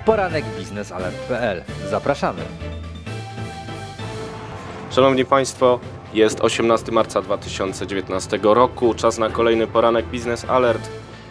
Poranek biznesalert.pl. Zapraszamy. Szanowni Państwo, jest 18 marca 2019 roku. Czas na kolejny poranek Biznes Alert.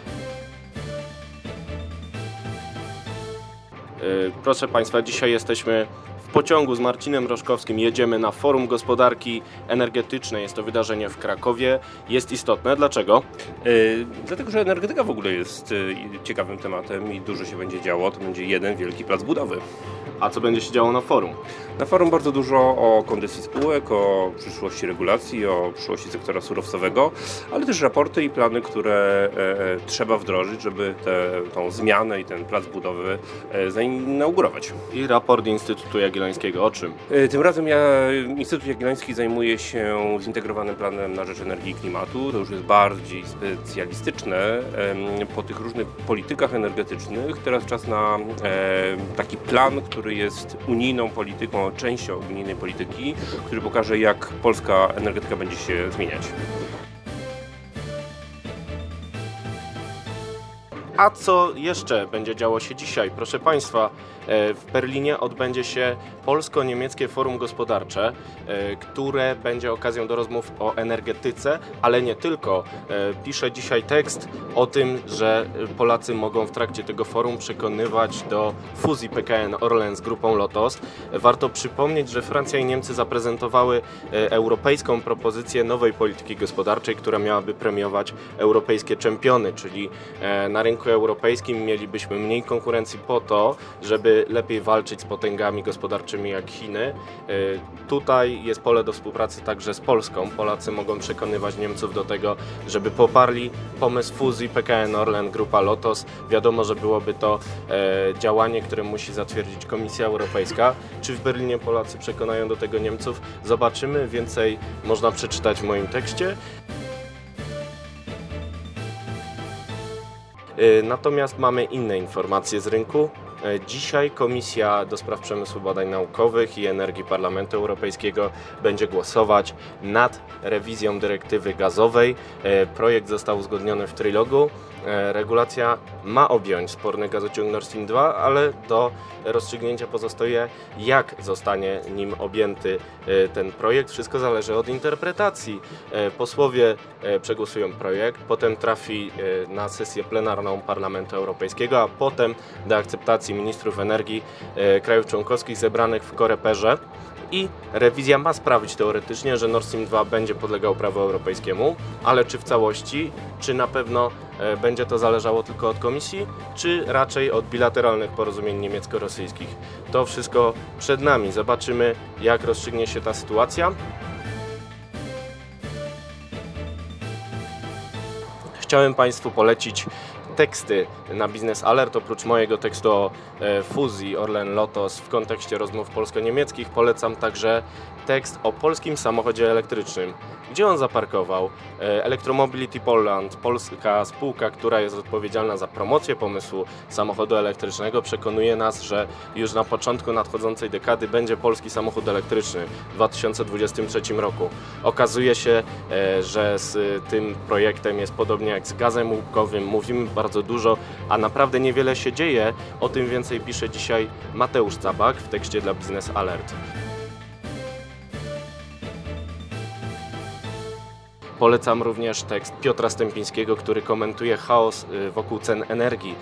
Proszę Państwa, dzisiaj jesteśmy w pociągu z Marcinem Roszkowskim. Jedziemy na Forum Gospodarki Energetycznej. Jest to wydarzenie w Krakowie. Jest istotne. Dlaczego? Dlatego, że energetyka w ogóle jest ciekawym tematem i dużo się będzie działo. To będzie jeden wielki plac budowy. A co będzie się działo na forum? Na forum bardzo dużo o kondycji spółek, o przyszłości regulacji, o przyszłości sektora surowcowego, ale też raporty i plany, które trzeba wdrożyć, żeby tą zmianę i ten plac budowy zainaugurować. I raport Instytutu Jagiellońskiego. O czym? Tym razem Instytut Jagielloński zajmuje się zintegrowanym planem na rzecz energii i klimatu. To już jest bardziej specjalistyczne. Po tych różnych politykach energetycznych teraz czas na taki plan, który jest unijną polityką, częścią unijnej polityki, który pokaże, jak polska energetyka będzie się zmieniać. A co jeszcze będzie działo się dzisiaj? Proszę Państwa, w Berlinie odbędzie się Polsko-Niemieckie Forum Gospodarcze, które będzie okazją do rozmów o energetyce, ale nie tylko. Piszę dzisiaj tekst o tym, że Polacy mogą w trakcie tego forum przekonywać do fuzji PKN Orlen z grupą Lotos. Warto przypomnieć, że Francja i Niemcy zaprezentowały europejską propozycję nowej polityki gospodarczej, która miałaby premiować europejskie czempiony, czyli na rynku europejskim mielibyśmy mniej konkurencji po to, żeby lepiej walczyć z potęgami gospodarczymi jak Chiny. Tutaj jest pole do współpracy także z Polską. Polacy mogą przekonywać Niemców do tego, żeby poparli pomysł fuzji PKN Orlen Grupa Lotos. Wiadomo, że byłoby to działanie, które musi zatwierdzić Komisja Europejska. Czy w Berlinie Polacy przekonają do tego Niemców? Zobaczymy. Więcej można przeczytać w moim tekście. Natomiast mamy inne informacje z rynku. Dzisiaj Komisja do Spraw Przemysłu, Badań Naukowych i Energii Parlamentu Europejskiego będzie głosować nad rewizją dyrektywy gazowej. Projekt został uzgodniony w trylogu. Regulacja ma objąć sporny gazociąg Nord Stream 2, ale do rozstrzygnięcia pozostaje, jak zostanie nim objęty ten projekt. Wszystko zależy od interpretacji. Posłowie przegłosują projekt, potem trafi na sesję plenarną Parlamentu Europejskiego, a potem do akceptacji ministrów energii krajów członkowskich zebranych w Koreperze. I rewizja ma sprawić teoretycznie, że Nord Stream 2 będzie podlegał prawu europejskiemu, ale czy w całości, czy na pewno będzie to zależało tylko od Komisji, czy raczej od bilateralnych porozumień niemiecko-rosyjskich. To wszystko przed nami. Zobaczymy, jak rozstrzygnie się ta sytuacja. Chciałem Państwu polecić teksty na Biznes Alert. Oprócz mojego tekstu o fuzji Orlen-Lotos w kontekście rozmów polsko-niemieckich polecam także tekst o polskim samochodzie elektrycznym. Gdzie on zaparkował? Electromobility Poland, polska spółka, która jest odpowiedzialna za promocję pomysłu samochodu elektrycznego, przekonuje nas, że już na początku nadchodzącej dekady będzie polski samochód elektryczny w 2023 roku. Okazuje się, że z tym projektem jest podobnie jak z gazem łupkowym. Mówimy bardzo dużo, a naprawdę niewiele się dzieje. O tym więcej pisze dzisiaj Mateusz Cabak w tekście dla Biznes Alert. Polecam również tekst Piotra Stępińskiego, który komentuje chaos wokół cen energii.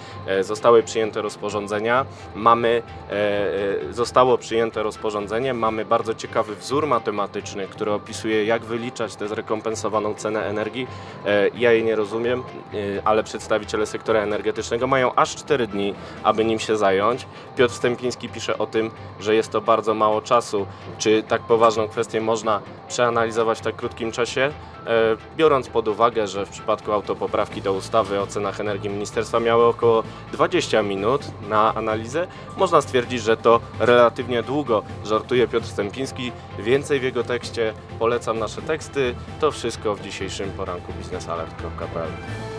Zostało przyjęte rozporządzenie, mamy bardzo ciekawy wzór matematyczny, który opisuje, jak wyliczać tę zrekompensowaną cenę energii. Ja jej nie rozumiem, ale przedstawiciele sektora energetycznego mają aż 4 dni, aby nim się zająć. Piotr Stępiński pisze o tym, że jest to bardzo mało czasu. Czy tak poważną kwestię można przeanalizować w tak krótkim czasie? Biorąc pod uwagę, że w przypadku autopoprawki do ustawy o cenach energii ministerstwa miały około 20 minut na analizę, można stwierdzić, że to relatywnie długo. Żartuje Piotr Stępiński. Więcej w jego tekście. Polecam nasze teksty. To wszystko w dzisiejszym poranku biznesalert.pl.